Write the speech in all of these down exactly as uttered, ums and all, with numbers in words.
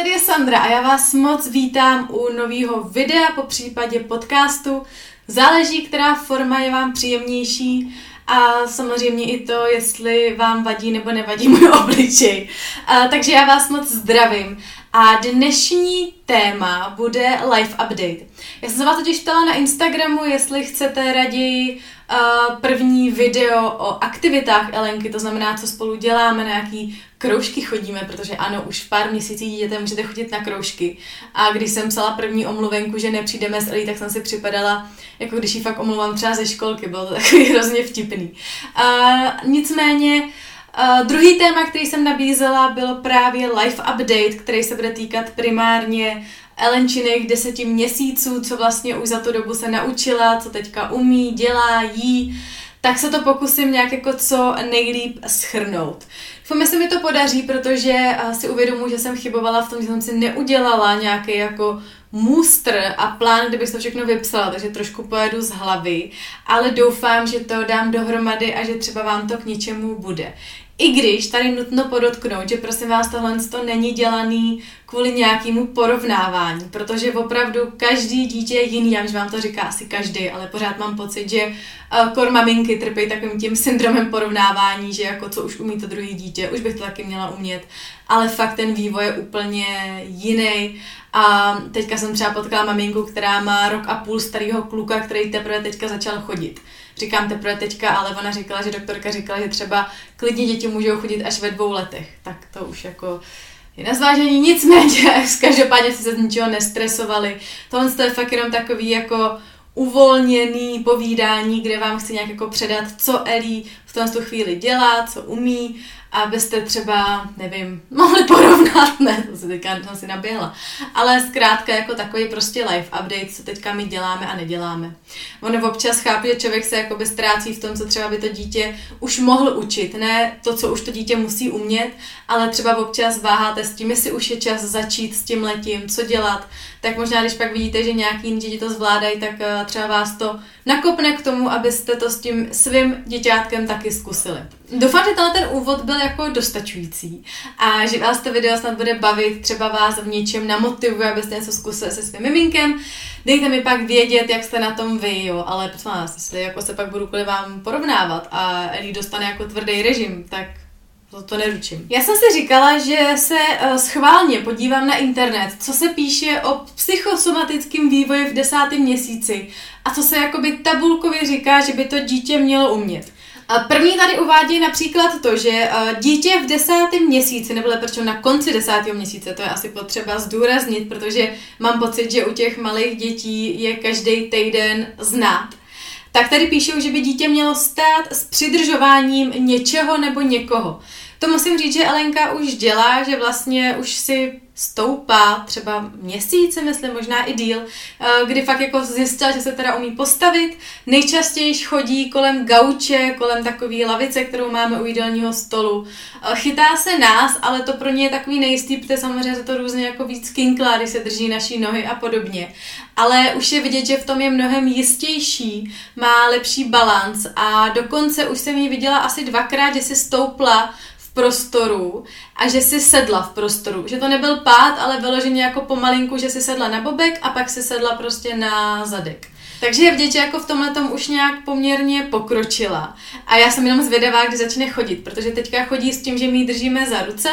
tady je Sandra a já vás moc vítám u nového videa, po případě podcastu. Záleží, která forma je vám příjemnější a samozřejmě i to, jestli vám vadí nebo nevadí můj obličej. A, takže já vás moc zdravím. A dnešní téma bude life update. Já jsem se vás totiž ptala na Instagramu, jestli chcete raději uh, první video o aktivitách Elenky, to znamená, co spolu děláme, na jaký kroužky chodíme, protože ano, už v pár měsících dítěte můžete chodit na kroužky. A když jsem psala první omluvenku, že nepřijdeme s Elí, tak jsem si připadala, jako když ji fakt omluvám třeba ze školky, bylo to takový hrozně vtipný. Uh, nicméně Uh, druhý téma, který jsem nabízela, bylo právě life update, který se bude týkat primárně Elenčiných deseti měsíců, co vlastně už za tu dobu se naučila, co teďka umí, dělá, jí, tak se to pokusím nějak jako co nejlíp shrnout. Doufám, že se mi to podaří, protože uh, si uvědomuji, že jsem chybovala v tom, že jsem si neudělala nějaký jako můstr a plán, kde bych to všechno vypsala, takže trošku pojedu z hlavy, ale doufám, že to dám dohromady a že třeba vám to k něčemu bude. I když tady nutno podotknout, že prosím vás, tohle to není dělaný kvůli nějakému porovnávání, protože opravdu každý dítě je jiný, já už vám to říká asi každý, ale pořád mám pocit, že uh, kor maminky trpí takovým tím syndromem porovnávání, že jako co už umí to druhé dítě, už bych to taky měla umět, ale fakt ten vývoj je úplně jiný. A teďka jsem třeba potkala maminku, která má rok a půl starého kluka, který teprve teďka začal chodit. Říkám teprve teďka, ale ona říkala, že doktorka říkala, že třeba klidně děti můžou chodit až ve dvou letech. Tak to už jako je na zvážení, nicméně, každopádně si se z ničeho nestresovali. Tohle je fakt jenom takový jako uvolněný povídání, kde vám chci nějak jako předat, co Elí v tomto chvíli dělá, co umí, abyste třeba, nevím, mohli porovnat, ne, to si teďka jsem si naběhla, ale zkrátka jako takový prostě life update, co teďka my děláme a neděláme. Ono občas chápu, že člověk se jakoby ztrácí v tom, co třeba by to dítě už mohl učit, ne to, co už to dítě musí umět, ale třeba občas váháte s tím, jestli už je čas začít s tím letím, co dělat, tak možná, když pak vidíte, že nějaký jiný děti to zvládají, tak třeba vás to nakopne k tomu, abyste to s tím svým děťátkem taky zkusili. Doufám, že tenhle ten úvod byl jako dostačující a že vás to video snad bude bavit, třeba vás v něčem namotivuje, abyste něco zkusili se svým miminkem. Dejte mi pak vědět, jak jste na tom vy, jo, ale prosím vás, jestli jako se pak budu kvůli vám porovnávat a Elí dostane jako tvrdý režim, tak to, to neručím. Já jsem si říkala, že se uh, schválně podívám na internet, co se píše o psychosomatickém vývoji v desátém měsíci a co se jakoby tabulkově říká, že by to dítě mělo umět. První tady uvádí například to, že dítě v desátém měsíci, nebo lepší na konci desátého měsíce, to je asi potřeba zdůraznit, protože mám pocit, že u těch malých dětí je každý týden znát. Tak tady píšou, že by dítě mělo stát s přidržováním něčeho nebo někoho. To musím říct, že Elenka už dělá, že vlastně už si stoupá třeba měsíce, myslím, možná i díl, kdy fakt jako zjistila, že se teda umí postavit. Nejčastěji chodí kolem gauče, kolem takové lavice, kterou máme u jídelního stolu. Chytá se nás, ale to pro ně je takový nejistý, protože samozřejmě se to různě jako víc kinklá, když se drží naší nohy a podobně. Ale už je vidět, že v tom je mnohem jistější, má lepší balanc a dokonce už jsem ji viděla asi dvakrát, že si stoupla v prostoru a že si sedla v prostoru. Že to nebyl pád, ale vyloženě jako pomalinku, že si sedla na bobek a pak si sedla prostě na zadek. Takže je vidět, že jako v tomhletom už nějak poměrně pokročila. A já jsem jenom zvědavá, kdy začne chodit, protože teďka chodí s tím, že my ji držíme za ruce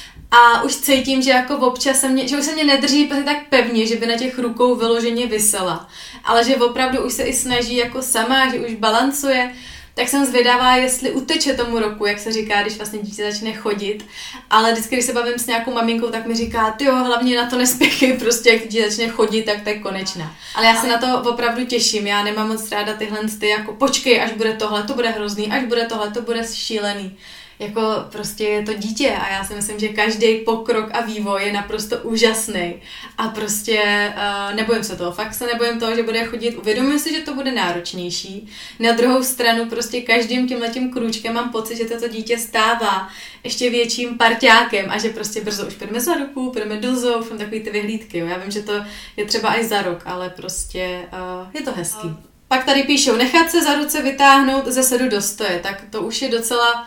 a už cítím, že jako občas se mě, že už se mě nedrží tak pevně, že by na těch rukou vyloženě visela. Ale že opravdu už se i snaží jako sama, že už balancuje. Tak jsem zvědavá, jestli uteče tomu roku, jak se říká, když vlastně dítě začne chodit. Ale vždycky, když se bavím s nějakou maminkou, tak mi říká, tyjo, hlavně na to nespěchy, prostě jak dítě začne chodit, tak to je konečná. Ale já se na to opravdu těším, já nemám moc ráda tyhle ty, jako počkej, až bude tohle, to bude hrozný, až bude tohle, to bude šílený. Jako prostě je to dítě a já si myslím, že každý pokrok a vývoj je naprosto úžasný a prostě uh, nebojím se toho, fakt se nebojím toho, že bude chodit, uvědomuji si, že to bude náročnější. Na druhou stranu prostě každým tímhletím krůčkem mám pocit, že toto dítě stává ještě větším parťákem a že prostě brzo už půjdeme za ruku, půjdeme do zoo, mám takový ty vyhlídky, jo. Já vím, že to je třeba i za rok, ale prostě uh, je to hezký. Pak tady píšou, nechat se za ruce vytáhnout ze sedu do stoje, tak to už je docela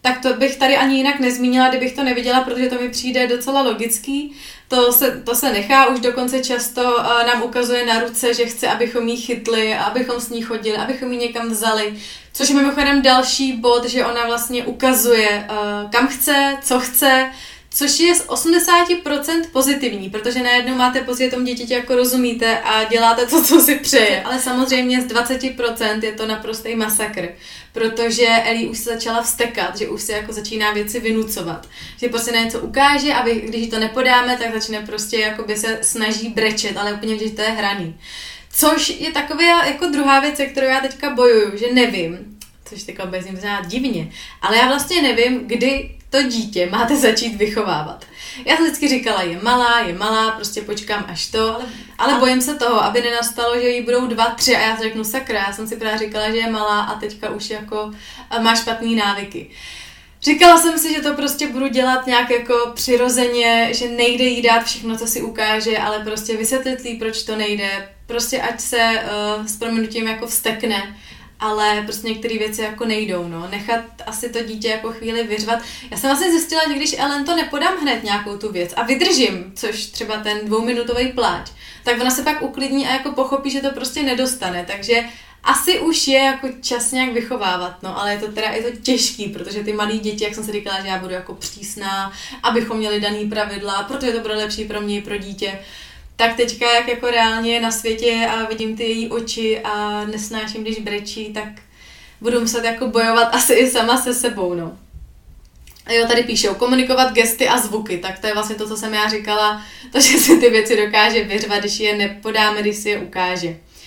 tak to bych tady ani jinak nezmínila, kdybych to neviděla, protože to mi přijde docela logický. To se, to se nechá, už dokonce často uh, nám ukazuje na ruce, že chce, abychom ji chytli, abychom s ní chodili, abychom ji někam vzali. Což je mimochodem další bod, že ona vlastně ukazuje, uh, kam chce, co chce, což je z osmdesát procent pozitivní, protože najednou máte pocit, že tomu dítěti jako rozumíte a děláte to, co si přeje. Ale samozřejmě z dvacet procent je to naprostý masakr, protože Ellie už se začala vztekat, že už se jako začíná věci vynucovat. Že prostě na něco ukáže a když jí to nepodáme, tak začne prostě jakoby se snaží brečet, ale úplně, že to je hraný. Což je taková jako druhá věc, se kterou já teďka bojuju, že nevím, což teďka bez ním znamená divně, ale já vlastně nevím, kdy to dítě máte začít vychovávat. Já jsem vždycky říkala, je malá, je malá, prostě počkám až to, ale, ale bojím se toho, aby nenastalo, že jí budou dva, tři a já si řeknu sakra, já jsem si právě říkala, že je malá a teďka už jako má špatný návyky. Říkala jsem si, že to prostě budu dělat nějak jako přirozeně, že nejde jí dát všechno, co si ukáže, ale prostě vysvětlit jí, proč to nejde, prostě ať se uh, s prominutím jako vztekne, ale prostě některé věci jako nejdou, no. Nechat asi to dítě jako chvíli vyřvat. Já jsem vlastně zjistila, že když Ellen to nepodám hned nějakou tu věc a vydržím, což třeba ten dvouminutový pláč, tak ona se pak uklidní a jako pochopí, že to prostě nedostane, takže asi už je jako čas nějak vychovávat, no, ale je to teda je to těžký, protože ty malí děti, jak jsem si říkala, že já budu jako přísná, abychom měli daný pravidla, protože to bude lepší pro mě i pro dítě. Tak teďka, jak jako reálně je na světě a vidím ty její oči a nesnáším, když brečí, tak budu muset jako bojovat asi i sama se sebou, no. A jo, tady píšou, komunikovat gesty a zvuky, tak to je vlastně to, co jsem já říkala, to, že si ty věci dokáže vyřvat, když je nepodáme, když si je ukáže.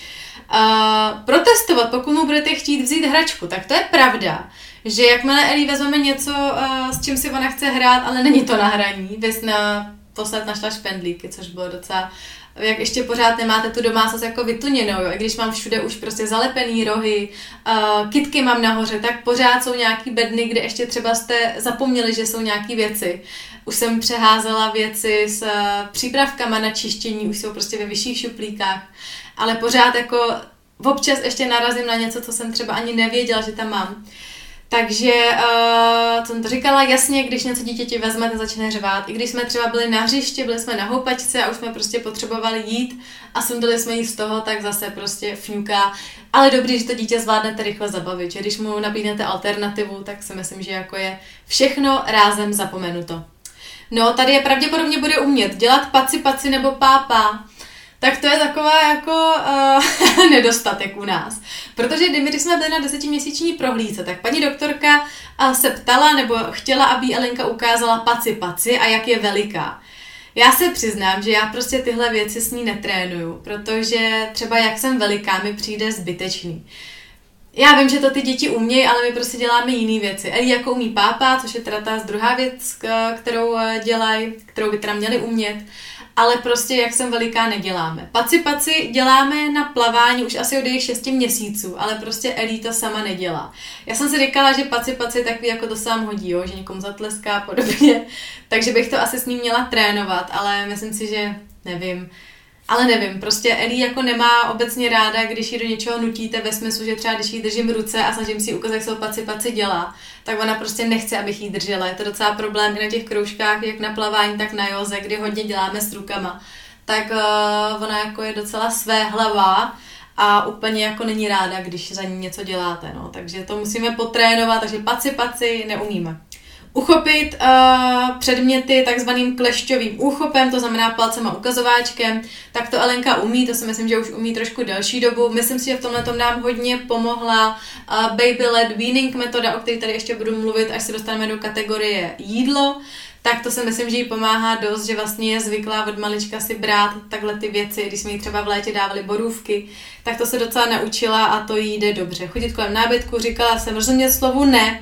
Uh, protestovat, pokud mu budete chtít vzít hračku, tak to je pravda, že jakmile Ellie vezmeme něco, uh, s čím si ona chce hrát, ale není to na hraní, vys na posled našla špendlíky, což bylo docela, jak ještě pořád nemáte tu domácnost jako vytuněnou, jo, i když mám všude už prostě zalepený rohy, uh, kytky mám nahoře, tak pořád jsou nějaký bedny, kde ještě třeba jste zapomněli, že jsou nějaký věci. Už jsem přeházela věci s uh, přípravkama na čištění, už jsou prostě ve vyšších šuplíkách, ale pořád jako občas ještě narazím na něco, co jsem třeba ani nevěděla, že tam mám. Takže, uh, co jsem to říkala, jasně, když něco dítěti vezmete, začne řvát. I když jsme třeba byli na hřiště, byli jsme na houpačce a už jsme prostě potřebovali jít a sundali jsme jí z toho, tak zase prostě fňuká. Ale dobrý, že to dítě zvládnete rychle zabavit, že když mu nabídnete alternativu, tak si myslím, že jako je všechno rázem zapomenuto. No, tady je pravděpodobně bude umět dělat paci, paci nebo pápa. Tak to je taková jako uh, nedostatek u nás. Protože když jsme byli na desetiměsíční prohlídce, tak paní doktorka uh, se ptala nebo chtěla, aby Elenka ukázala paci paci a jak je veliká. Já se přiznám, že já prostě tyhle věci s ní netrénuju, protože třeba jak jsem veliká mi přijde zbytečný. Já vím, že to ty děti umějí, ale my prostě děláme jiné věci. Ellie jako umí pápa, což je teda ta druhá věc, kterou dělají, kterou by teda měli umět. Ale prostě jak jsem veliká neděláme. Paci paci děláme na plavání už asi od jejich šesti měsíců, ale prostě Ellie to sama nedělá. Já jsem si říkala, že paci paci takový jako to sám hodí, jo? Že někomu zatleská a podobně, takže bych to asi s ním měla trénovat, ale myslím si, že nevím. Ale nevím, prostě Ellie jako nemá obecně ráda, když ji do něčeho nutíte ve smyslu, že třeba když jí držím ruce a snažím si ukázat, jak se to paci paci dělá, tak ona prostě nechce, abych jí držela. Je to docela problém i na těch kroužkách, jak na plavání, tak na józe, kdy hodně děláme s rukama. Tak uh, ona jako je docela své hlava a úplně jako není ráda, když za ní něco děláte, no. Takže to musíme potrénovat, takže paci paci neumíme. Uchopit uh, předměty takzvaným klešťovým úchopem, to znamená palcem a ukazováčkem, tak to Elenka umí, to si myslím, že už umí trošku delší dobu. Myslím si, že v tomhle tom nám hodně pomohla uh, Baby-led weaning metoda, o které tady ještě budu mluvit, až se dostaneme do kategorie jídlo. Tak to si myslím, že jí pomáhá dost, že vlastně je zvyklá od malička si brát takhle ty věci, když jsme jí třeba v létě dávali borůvky, tak to se docela naučila a to jí jde dobře. Chodit kolem nábytku, říkala jsem rozumět slovu ne,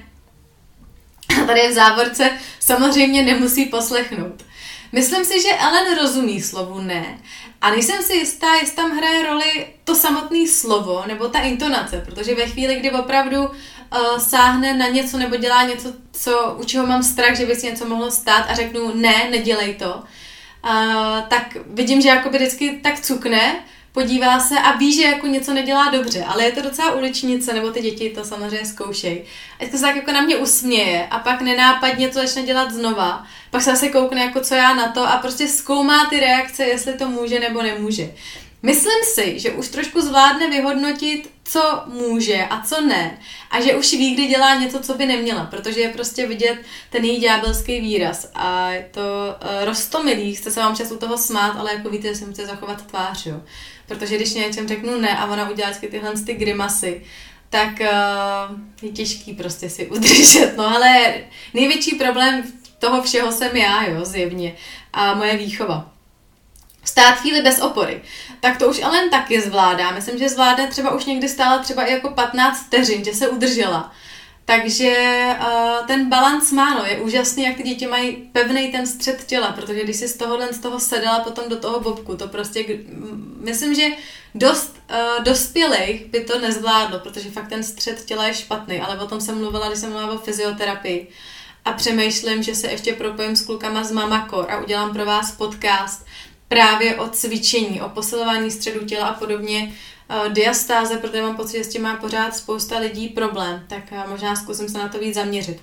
a tady v závorce samozřejmě nemusí poslechnout. Myslím si, že Ellen rozumí slovu ne a nejsem si jistá, jestli tam hraje roli to samotné slovo nebo ta intonace, protože ve chvíli, kdy opravdu uh, sáhne na něco nebo dělá něco, co, u čeho mám strach, že by si něco mohlo stát a řeknu ne, nedělej to, uh, tak vidím, že jakoby vždycky tak cukne, podívá se a ví, že jako něco nedělá dobře, ale je to docela uličnice, nebo ty děti to samozřejmě zkoušej. A to se tak jako na mě usměje a pak nenápadně to začne dělat znova. Pak se zase koukne jako co já na to a prostě zkoumá ty reakce, jestli to může nebo nemůže. Myslím si, že už trošku zvládne vyhodnotit, co může a co ne. A že už ví, kdy dělá něco, co by neměla, protože je prostě vidět ten její ďábelský výraz. A je to uh, roztomilý, chce se vám čas u toho smát, ale jako víte, že se chce zachovat tvář, jo. Protože když něčem řeknu ne a ona udělá tyhle ty grimasy, tak uh, je těžký prostě si udržet. No ale největší problém toho všeho jsem já, jo, zjevně. A moje výchova. Stát chvíli bez opory. Tak to už Ellen taky zvládá. Myslím, že zvládne třeba už někdy stála třeba i jako patnáct vteřin, že se udržela. Takže uh, ten balans má, no, je úžasný, jak ty děti mají pevnej ten střed těla, protože když si z tohohle z toho sedala potom do toho bobku, to prostě, myslím, že dost uh, dospělých by to nezvládlo, protože fakt ten střed těla je špatný, ale o tom jsem mluvila, když jsem mluvila o fyzioterapii. A přemýšlím, že se ještě propojím s klukama z Mamakor a udělám pro vás podcast právě o cvičení, o posilování středu těla a podobně, uh, diastáze, protože mám pocit, že s tím má pořád spousta lidí problém, tak uh, možná zkusím se na to víc zaměřit.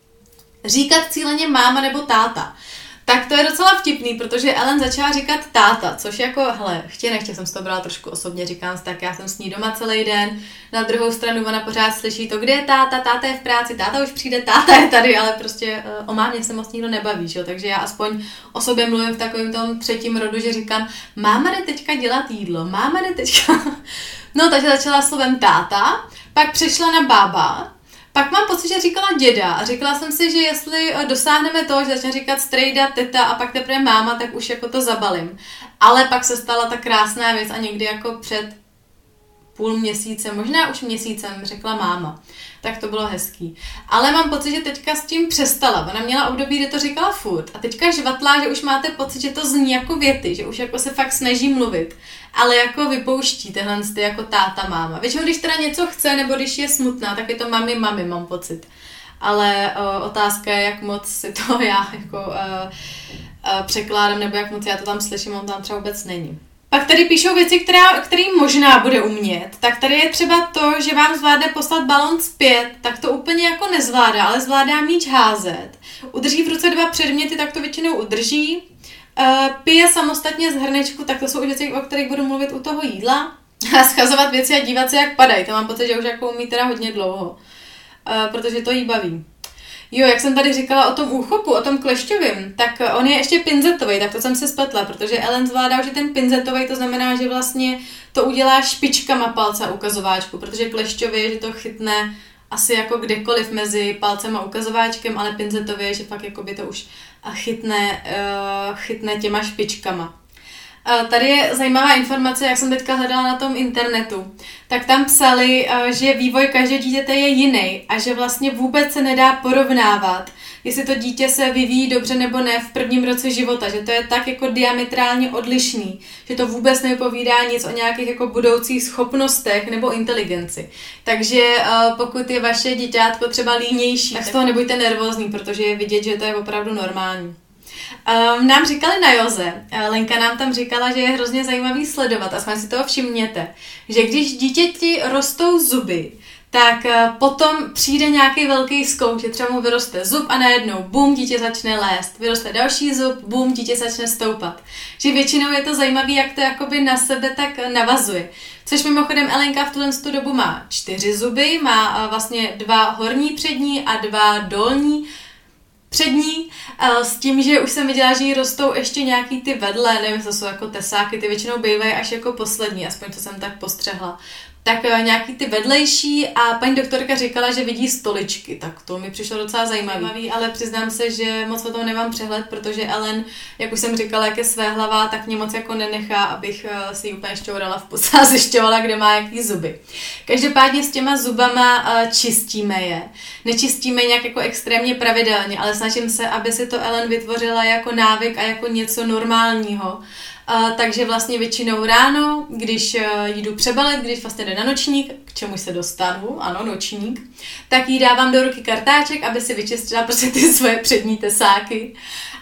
Říkat cíleně máma nebo táta. Tak to je docela vtipný, protože Ellen začala říkat táta, což jako, hele, chtě nechtě jsem si to brala trošku osobně, říkám si, tak já jsem s ní doma celý den, na druhou stranu ona pořád slyší to, kde je táta, táta je v práci, táta už přijde, táta je tady, ale prostě uh, o mámě se moc nikdo nebaví, že jo? Takže já aspoň o sobě mluvím v takovém tom třetím rodu, že říkám, máma jde teďka dělat jídlo, máma jde teďka, no takže začala slovem táta, pak přešla na bába. Pak mám pocit, že říkala děda a říkala jsem si, že jestli dosáhneme toho, že začne říkat strejda, teta a pak teprve máma, tak už jako to zabalím. Ale pak se stala ta krásná věc a někdy jako před půl měsíce, možná už měsícem řekla máma. Tak to bylo hezký. Ale mám pocit, že teďka s tím přestala. Ona měla období, kdy to říkala furt. A teďka žvatlá, že už máte pocit, že to zní jako věty, že už jako se fakt snaží mluvit. Ale jako vypouští tyhle ty jako táta, máma. Většinou, když teda něco chce, nebo když je smutná, tak je to mami, mami, mám pocit. Ale o, otázka je, jak moc si to já jako o, o, překládám, nebo jak moc já to tam slyším, on tam třeba vůbec není. Pak tady píšou věci, která, který možná bude umět. Tak tady je třeba to, že vám zvládne poslat balon zpět, tak to úplně jako nezvládá, ale zvládá míč házet. Udrží v ruce dva předměty, tak to většinou udrží. Uh, pije samostatně z hrnečku, tak to jsou věci, o kterých budu mluvit u toho jídla. A schazovat věci a dívat se, jak padají. To mám pocit, že už jako umí teda hodně dlouho. Uh, protože to jí baví. Jo, jak jsem tady říkala o tom úchopu, o tom klešťovým, tak on je ještě pinzetový, tak to jsem se spletla, protože Ellen zvládá už ten pinzetový, to znamená, že vlastně to udělá špičkama palce a ukazováčku, protože klešťový je, že to chytne asi jako kdekoliv mezi palcem a ukazováčkem, ale pinzetový je, že fakt jako by to už chytne, uh, chytne těma špičkama. Tady je zajímavá informace, jak jsem teďka hledala na tom internetu. Tak tam psali, že vývoj každého dítěte je jiný a že vlastně vůbec se nedá porovnávat, jestli to dítě se vyvíjí dobře nebo ne v prvním roce života, že to je tak jako diametrálně odlišný, že to vůbec nevypovídá nic o nějakých jako budoucích schopnostech nebo inteligenci. Takže pokud je vaše děťátko třeba línější, tak z toho nebuďte nervózní, protože je vidět, že to je opravdu normální. Um, nám říkali na Joze, Lenka nám tam říkala, že je hrozně zajímavý sledovat, aspoň si toho všimněte, že když dítěti rostou zuby, tak uh, potom přijde nějaký velký skok, že třeba mu vyroste zub a najednou bum, dítě začne lézt, vyroste další zub, bum, dítě začne stoupat. Že většinou je to zajímavé, jak to jakoby na sebe tak navazuje. Což mimochodem Elenka v tuhle dobu má čtyři zuby, má uh, vlastně dva horní přední a dva dolní přední, s tím, že už jsem viděla, že jí rostou ještě nějaký ty vedle, nevím, to jsou jako tesáky, ty většinou bývají až jako poslední, aspoň to jsem tak postřehla. Tak nějaký ty vedlejší a paní doktorka říkala, že vidí stoličky, tak to mi přišlo docela zajímavý, ale přiznám se, že moc o tom nemám přehled, protože Ellen, jak už jsem říkala, jak je svéhlavá, tak mě moc jako nenechá, abych si ji úplně šťourala v puse a zjišťovala, kde má jaký zuby. Každopádně s těma zubama čistíme je. Nečistíme nějak jako extrémně pravidelně, ale snažím se, aby si to Ellen vytvořila jako návyk a jako něco normálního. Uh, takže vlastně většinou ráno, když uh, jdu přebalit, když vlastně jde na nočník, k čemu se dostanu, ano, nočník, tak jí dávám do ruky kartáček, aby si vyčistila prostě ty svoje přední tesáky.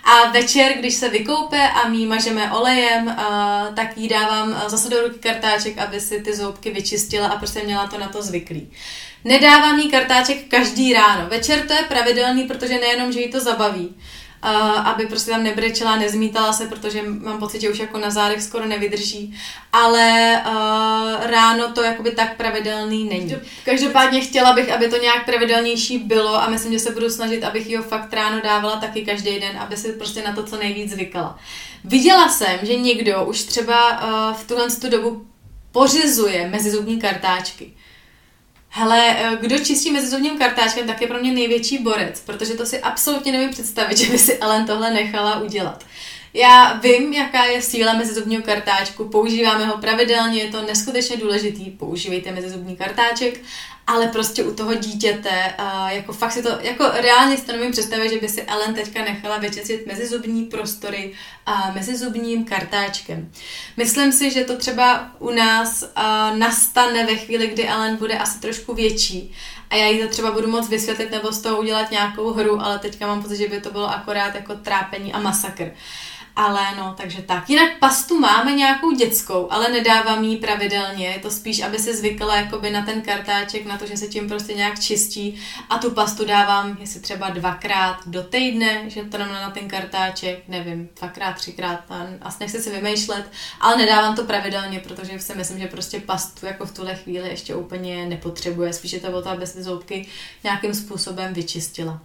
A večer, když se vykoupe a my mažeme olejem, uh, tak jí dávám zase do ruky kartáček, aby si ty zoubky vyčistila a prostě měla to na to zvyklý. Nedávám jí kartáček každý ráno. Večer to je pravidelný, protože nejenom, že jí to zabaví, uh, aby prostě tam nebrečela, nezmítala se, protože mám pocit, že už jako na zádech skoro nevydrží, ale uh, ráno to jakoby tak pravidelný není. Každopádně chtěla bych, aby to nějak pravidelnější bylo a myslím, že se budu snažit, abych jí ho fakt ráno dávala taky každý den, aby si prostě na to co nejvíc zvykala. Viděla jsem, že někdo už třeba uh, v tuhle tu dobu pořizuje mezizubní kartáčky. Hele, kdo čistí mezizubním kartáčkem, tak je pro mě největší borec, protože to si absolutně nevím představit, že by si Ellen tohle nechala udělat. Já vím, jaká je síla mezizubního kartáčku, používáme ho pravidelně, je to neskutečně důležitý, používejte mezizubní kartáček, ale prostě u toho dítěte, uh, jako fakt si to, jako reálně si to nevím představit, že by si Ellen teďka nechala vyčistit mezizubní prostory uh, mezizubním kartáčkem. Myslím si, že to třeba u nás uh, nastane ve chvíli, kdy Ellen bude asi trošku větší a já jí to třeba budu moct vysvětlit nebo z toho udělat nějakou hru, ale teďka mám pocit, že by to bylo akorát jako trápení a masakr. Ale no, takže tak. Jinak pastu máme nějakou dětskou, ale nedávám jí pravidelně. Je to spíš, aby se zvykla jakoby na ten kartáček, na to, že se tím prostě nějak čistí. A tu pastu dávám, jestli třeba dvakrát do týdne, že to dám na ten kartáček, nevím, dvakrát, třikrát, asi nechci si vymýšlet, ale nedávám to pravidelně, protože si myslím, že prostě pastu jako v tuhle chvíli ještě úplně nepotřebuje. Spíš je to o to, aby se ty zoubky nějakým způsobem vyčistila.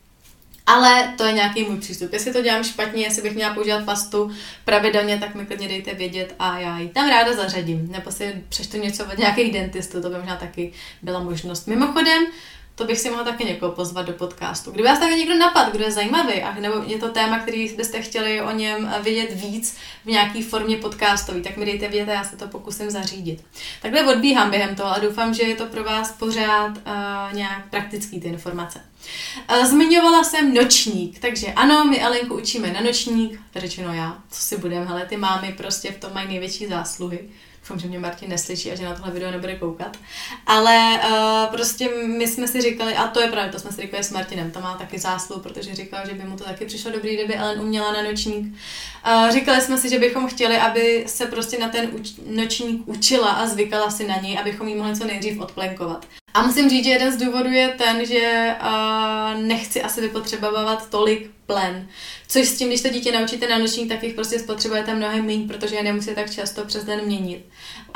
Ale to je nějaký můj přístup. Jestli to dělám špatně, jestli bych měla používat pastu pravidelně, tak mi klidně dejte vědět a já ji tam ráda zařadím. Nebo si přečtu něco od nějakých dentistů, to by možná taky byla možnost. Mimochodem, to bych si mohla taky někoho pozvat do podcastu. Kdyby vás taky někdo napadl, kdo je zajímavý, a nebo je to téma, který byste chtěli o něm vědět víc v nějaké formě podcastový, tak mi dejte vědět a já se to pokusím zařídit. Takhle odbíhám během toho a doufám, že je to pro vás pořád uh, nějak praktický ty informace. Uh, zmiňovala jsem nočník, takže ano, my Alenku učíme na nočník, řečeno já, co si budem, hele, ty mámy prostě v tom mají největší zásluhy. Doufám, že mě Martin neslyší a že na tohle video nebude koukat. Ale uh, prostě my jsme si říkali, a to je pravda, to jsme si říkali s Martinem, to má taky zásluhu, protože říkal, že by mu to taky přišlo dobrý, kdyby Ellen uměla na nočník. Uh, říkali jsme si, že bychom chtěli, aby se prostě na ten uč- nočník učila a zvykala si na něj, abychom jí mohli co nejdřív odplenkovat. A musím říct, že jeden z důvodů je ten, že uh, nechci asi vypotřebovávat tolik plen. Což s tím, když to dítě naučíte na nočník, tak jich prostě spotřebujete mnohem méně, protože je nemusíte tak často přes den měnit.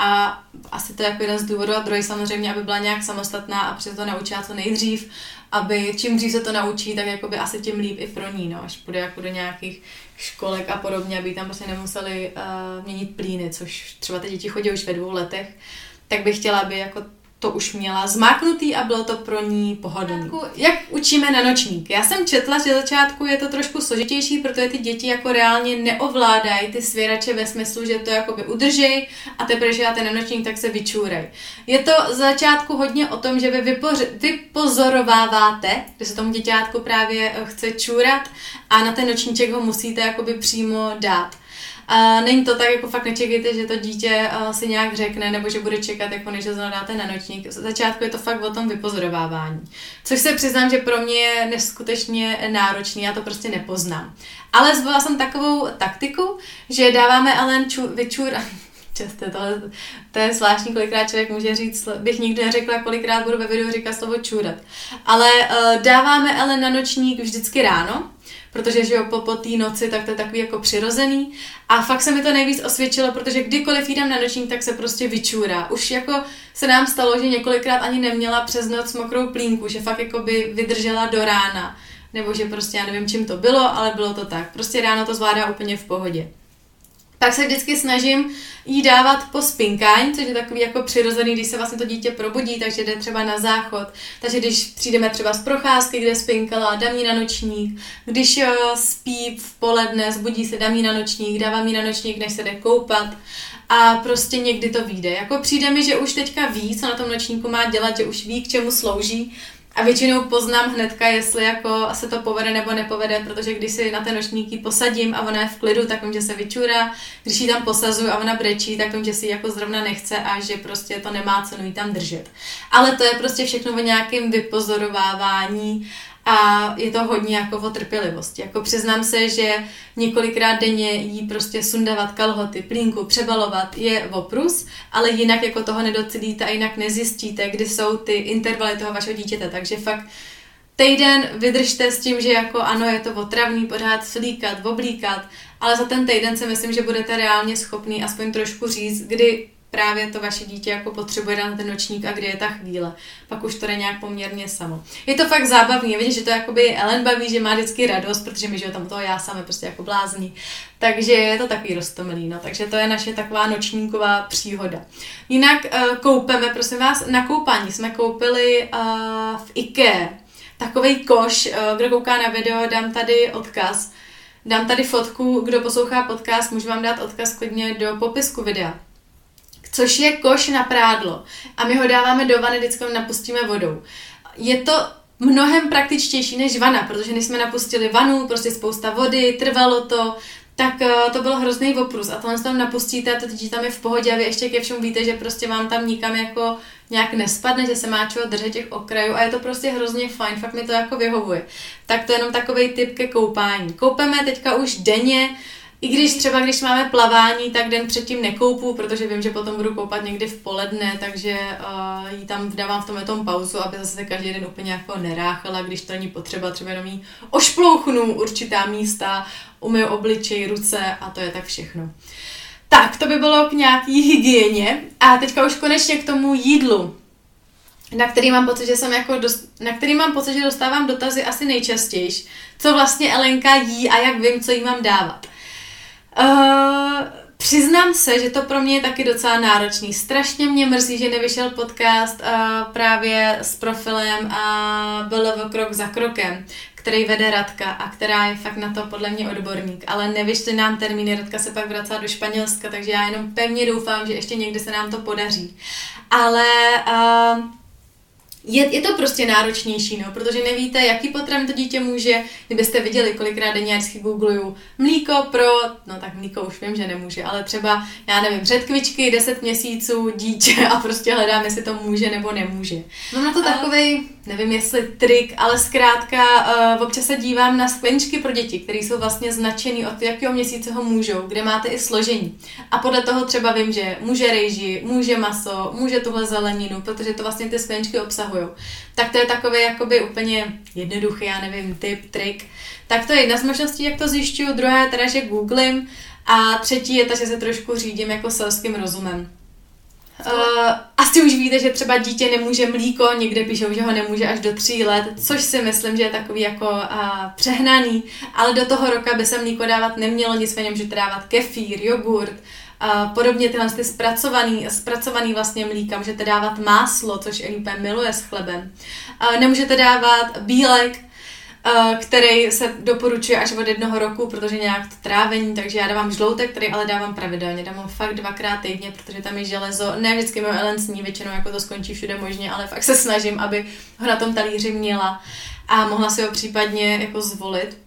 A asi to je jako jeden z důvodů a druhý samozřejmě, aby byla nějak samostatná a přes to naučila co nejdřív, aby čím dřív se to naučí, tak jakoby asi tím líp i pro ní, no, až půjde jako do nějakých školek a podobně, aby tam prostě nemuseli uh, měnit plíny, což třeba ty děti chodí už ve dvou letech, tak bych chtěla, aby jako to už měla zmáknutý a bylo to pro ní pohodlný. Jak učíme na nočník? Já jsem četla, že začátku je to trošku složitější, protože ty děti jako reálně neovládají ty svěrače ve smyslu, že to jakoby udržej a teprve, že dáte na nočník, tak se vyčůrej. Je to z začátku hodně o tom, že vy vypoř- vypozorováváte, že se tomu děťátku právě chce čůrat a na ten nočníček ho musíte jakoby přímo dát. A není to tak, jako fakt nečekejte, že to dítě uh, si nějak řekne, nebo že bude čekat, jako než ho dáte na nočník. V začátku je to fakt o tom vypozorovávání. Což se přiznám, že pro mě je neskutečně náročný, já to prostě nepoznám. Ale zvolila jsem takovou taktiku, že dáváme Ellen ču, vyčur... Často, to, to je zvláštní, kolikrát člověk může říct, bych nikdy neřekla, kolikrát budu ve videu říkat slovo čůrat. Ale uh, dáváme Ellen na nočník vždycky ráno, protože že jo, po, po té noci, tak to je takový jako přirozený. A fakt se mi to nejvíc osvědčilo, protože kdykoliv jdem na nočník, tak se prostě vyčůrá. Už jako se nám stalo, že několikrát ani neměla přes noc mokrou plínku, že fakt jako by vydržela do rána. Nebo že prostě já nevím, čím to bylo, ale bylo to tak. Prostě ráno to zvládá úplně v pohodě. Tak se vždycky snažím jí dávat po spinkání, což je takový jako přirozený, když se vlastně to dítě probudí, takže jde třeba na záchod. Takže když přijdeme třeba z procházky, kde spinkala, dám jí na nočník. Když jo, spí v poledne, zbudí se, dám jí na nočník, dávám jí na nočník, než se jde koupat. A prostě někdy to vyjde. Jako přijde mi, že už teďka ví, co na tom nočníku má dělat, že už ví, k čemu slouží. A většinou poznám hnedka, jestli jako se to povede nebo nepovede, protože když si na ten nočník posadím a ona je v klidu, tak vím, že se vyčůrá. Když ji tam posazuju a ona brečí, tak vím, že si ji jako zrovna nechce a že prostě to nemá cenu jí tam držet. Ale to je prostě všechno o nějakém vypozorovávání A je to hodně jako o trpělivosti. Jako přiznám se, že několikrát denně jí prostě sundávat kalhoty, plínku, přebalovat je oprus, ale jinak jako toho nedocílíte a jinak nezjistíte, kdy jsou ty intervaly toho vašeho dítěte. Takže fakt týden vydržte s tím, že jako ano, je to otravný pořád slíkat, oblíkat, ale za ten týden si myslím, že budete reálně schopný aspoň trošku říct, kdy právě to vaše dítě jako potřebuje dát ten nočník a kdy je ta chvíle. Pak už to jde nějak poměrně samo. Je to fakt zábavný, vidíš, že to jakoby Ellen baví, že má vždycky radost, protože my, že tam toho já sami prostě jako blázní. Takže je to takový roztomilý, no. Takže to je naše taková nočníková příhoda. Jinak uh, koupeme, prosím vás, na koupání jsme koupili uh, v IKEA takovej koš, uh, kdo kouká na video, dám tady odkaz. Dám tady fotku, kdo poslouchá podcast, můžu vám dát odkaz klidně do popisku videa. Což je koš na prádlo. A my ho dáváme do vany, vždycky ho napustíme vodou. Je to mnohem praktičtější než vana, protože než jsme napustili vanu, prostě spousta vody, trvalo to, tak uh, to byl hrozný oprus. A tohle tam napustíte a to dítě tam je v pohodě a vy ještě ke všemu víte, že prostě vám tam nikam jako nějak nespadne, že se má čeho držet těch okrajů a je to prostě hrozně fajn, fakt mi to jako vyhovuje. Tak to je jenom takovej tip ke koupání. Koupeme teďka už denně, i když třeba, když máme plavání, tak den předtím nekoupu, protože vím, že potom budu koupat někdy v poledne, takže uh, jí tam dávám v tomhle tom pauzu, aby zase každý den úplně jako neráchala, když to není potřeba, třeba jenom jí ošplouchnu určitá místa, umyju obličej, ruce a to je tak všechno. Tak, to by bylo k nějaký hygieně a teďka už konečně k tomu jídlu, na který mám pocit, že jsem jako dost, na který mám pocit, že dostávám dotazy asi nejčastěji, co vlastně Elenka jí a jak vím, co jí mám dávat. Uh, přiznám se, že to pro mě je taky docela náročný. Strašně mě mrzí, že nevyšel podcast uh, právě s profilem a byl krok za krokem, který vede Radka a která je fakt na to podle mě odborník. Ale nevyšly nám termíny, Radka se pak vracela do Španělska, takže já jenom pevně doufám, že ještě někdy se nám to podaří. Ale uh, Je, je to prostě náročnější, no, protože nevíte, jaký potravin to dítě může. Kdybyste viděli, kolikrát denně já vždycky googluju mlíko pro, no tak mlíko už vím, že nemůže, ale třeba, já nevím, řetkvičky, deset měsíců, dítě a prostě hledám, jestli to může nebo nemůže. Mám na to takovej, nevím jestli trik, ale zkrátka uh, občas se dívám na skleničky pro děti, které jsou vlastně značený od jakého měsíce ho můžou, kde máte i složení. A podle toho třeba vím, že může rejži, může maso, může tuhle zeleninu, protože to vlastně ty skleničky obsahují. Tak to je takový jakoby úplně jednoduchý, já nevím, tip, trik. Tak to je jedna z možností, jak to zjišťuju, druhá je teda, že googlím a třetí je ta, že se trošku řídím jako selským rozumem. Uh, asi už víte, že třeba dítě nemůže mlíko, někde píšou, že ho nemůže až do tří let, což si myslím, že je takový jako uh, přehnaný, ale do toho roka by se mlíko dávat nemělo, nicméně můžete dávat kefír, jogurt, Uh, podobně tyhle ty zpracovaný, zpracovaný vlastně mlíka, můžete dávat máslo, což Elipe miluje s chlebem. Uh, nemůžete dávat bílek, uh, který se doporučuje až od jednoho roku, protože nějak to trávení, takže já dávám žloutek, který ale dávám pravidelně, dám ho fakt dvakrát týdně, protože tam je železo, ne vždycky můj Ellen sní, většinou jako to skončí všude možně, ale fakt se snažím, aby ho na tom talíři měla a mohla si ho případně jako zvolit.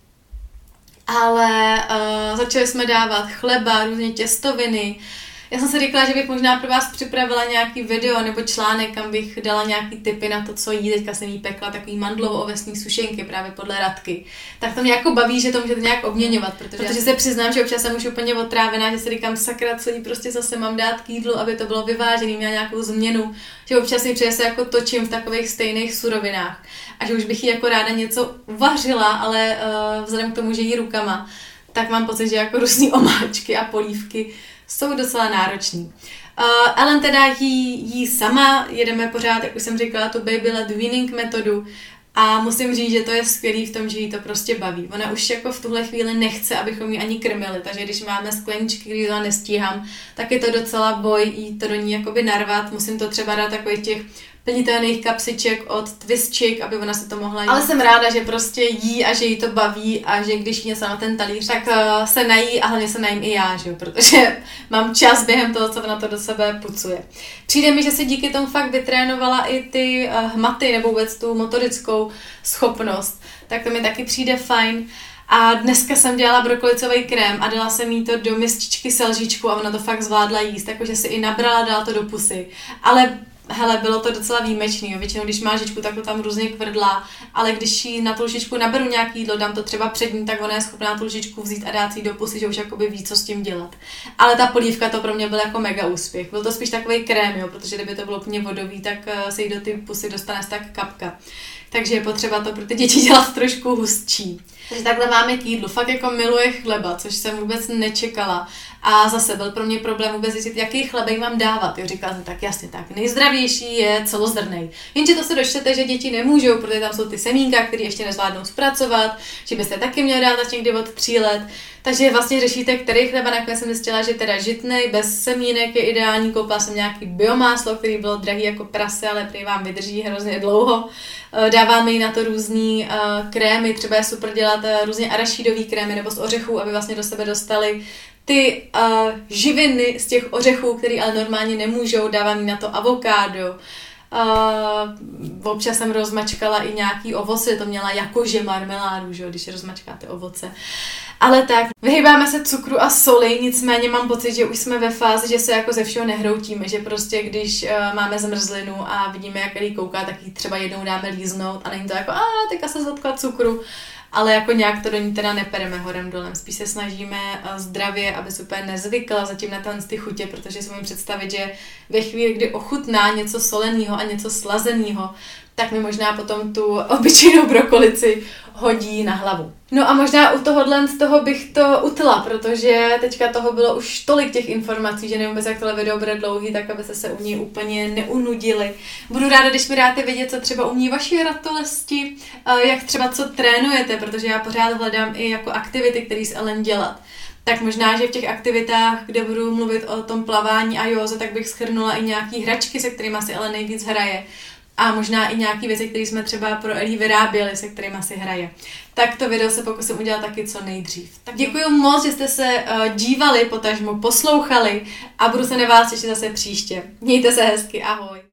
Ale uh, začali jsme dávat chleba, různě těstoviny. Já jsem si říkala, že bych možná pro vás připravila nějaký video nebo článek, kam bych dala nějaký tipy na to, co jí. Teďka jsem jí pekla takový mandlovo-ovesný sušenky právě podle Radky. Tak to mě jako baví, že to můžete nějak obměňovat, protože, protože se přiznám, že občas jsem už úplně otrávená, že si říkám, sakra, co jí prostě zase mám dát k jídlu, aby to bylo vyvážený, měla nějakou změnu, že občas mi přijde se jako točím v takových stejných surovinách a že už bych jí jako ráda něco uvařila, ale uh, vzhledem k tomu, že jí rukama, tak mám pocit, že jako různý omáčky a polívky jsou docela nároční. Uh, Ellen teda jí, jí sama, jedeme pořád, jak už jsem říkala, tu baby led weaning metodu a musím říct, že to je skvělý v tom, že jí to prostě baví. Ona už jako v tuhle chvíli nechce, abychom ji ani krmili, takže když máme skleničky, když to nestíhám, tak je to docela boj jí to do ní jakoby narvat, musím to třeba dát takových těch plnitelných kapsiček od Twistchick, aby ona se to mohla jít. Ale jsem ráda, že prostě jí a že jí to baví a že když jí něco na ten talíř, tak uh, se nají a hlavně se najím i já, že? Protože mám čas během toho, co ona to do sebe pucuje. Přijde mi, že si díky tomu fakt vytrénovala i ty uh, hmaty nebo vůbec tu motorickou schopnost, tak to mi taky přijde fajn. A dneska jsem dělala brokolicový krém a dala jsem jí to do mističky s lžičkou a ona to fakt zvládla jíst, takže si i nabrala, dala to do pusy. Ale hele, bylo to docela výjimečný, jo. Většinou, když má lžičku, tak to tam různě kvrdlá, ale když jí na tu lžičku naberu nějaký jídlo, dám to třeba před ní, tak ona je schopná tu lžičku vzít a dát si do pusy, že už jakoby ví, co s tím dělat. Ale ta polívka to pro mě byl jako mega úspěch. Byl to spíš takový krém, jo, protože kdyby to bylo úplně vodový, tak se jí do ty pusy dostane tak kapka. Takže je potřeba to pro ty děti dělat trošku hustší. Takže takhle máme k jídlu. Fakt jako miluje chleba, což jsem vůbec nečekala. A zase byl pro mě problém vůbec zjistit, jaký chleba jim mám dávat. Jo, říkala jsem tak jasně, tak nejzdravější je celozrnnej. Jenže to se dočtete, že děti nemůžou, protože tam jsou ty semínka, které ještě nezvládnou zpracovat, že byste taky měli dát až někdy od tří let. Takže vlastně řešíte, který chleba. Nakonec jsem zjistila, že teda žitnej, bez semínek je ideální. Koupila jsem nějaký biomáslo, který bylo drahý jako prase, ale prý vám vydrží hrozně dlouho. Dáváme jí na to různý uh, krémy, třeba je super dělat uh, různě arašídový krémy nebo z ořechů, aby vlastně do sebe dostali ty uh, živiny z těch ořechů, které ale normálně nemůžou. Dávám jí na to avokádo. Uh, občas jsem rozmačkala i nějaký ovoce, to měla jakože marmeládu, že, když rozmačkáte ovoce. Ale tak, vyhýbáme se cukru a soli, nicméně mám pocit, že už jsme ve fázi, že se jako ze všeho nehroutíme, že prostě když uh, máme zmrzlinu a vidíme, jak jí kouká, tak ji třeba jednou dáme líznout a není to jako, a teďka se zotkla cukru, ale jako nějak to do ní teda nepereme horem dolem. Spíš se snažíme uh, zdravě, aby se úplně nezvykla zatím na tenhle ty chutě, protože si můžu představit, že ve chvíli, kdy ochutná něco soleného a něco slazeného, tak mi možná potom tu obyčejnou brokolici hodí na hlavu. No a možná u tohohle z toho bych to utla, protože teďka toho bylo už tolik těch informací, že nevím, jak tohle video bude dlouhý, tak abyste se u ní úplně neunudili. Budu ráda, když mi dáte vědět, co třeba umí vaši ratolesti, jak třeba co trénujete, protože já pořád hledám i jako aktivity, které s Ellen dělat. Tak možná, že v těch aktivitách, kde budu mluvit o tom plavání a józe, tak bych shrnula i nějaký hračky, se kterými si Ellen nejvíc hraje. A možná i nějaké věci, které jsme třeba pro Ellie vyráběli, se kterými si hraje. Tak to video se pokusím udělat taky co nejdřív. Tak děkuji moc, že jste se uh, dívali, potažmo poslouchali a budu se na vás těšit zase příště. Mějte se hezky, ahoj.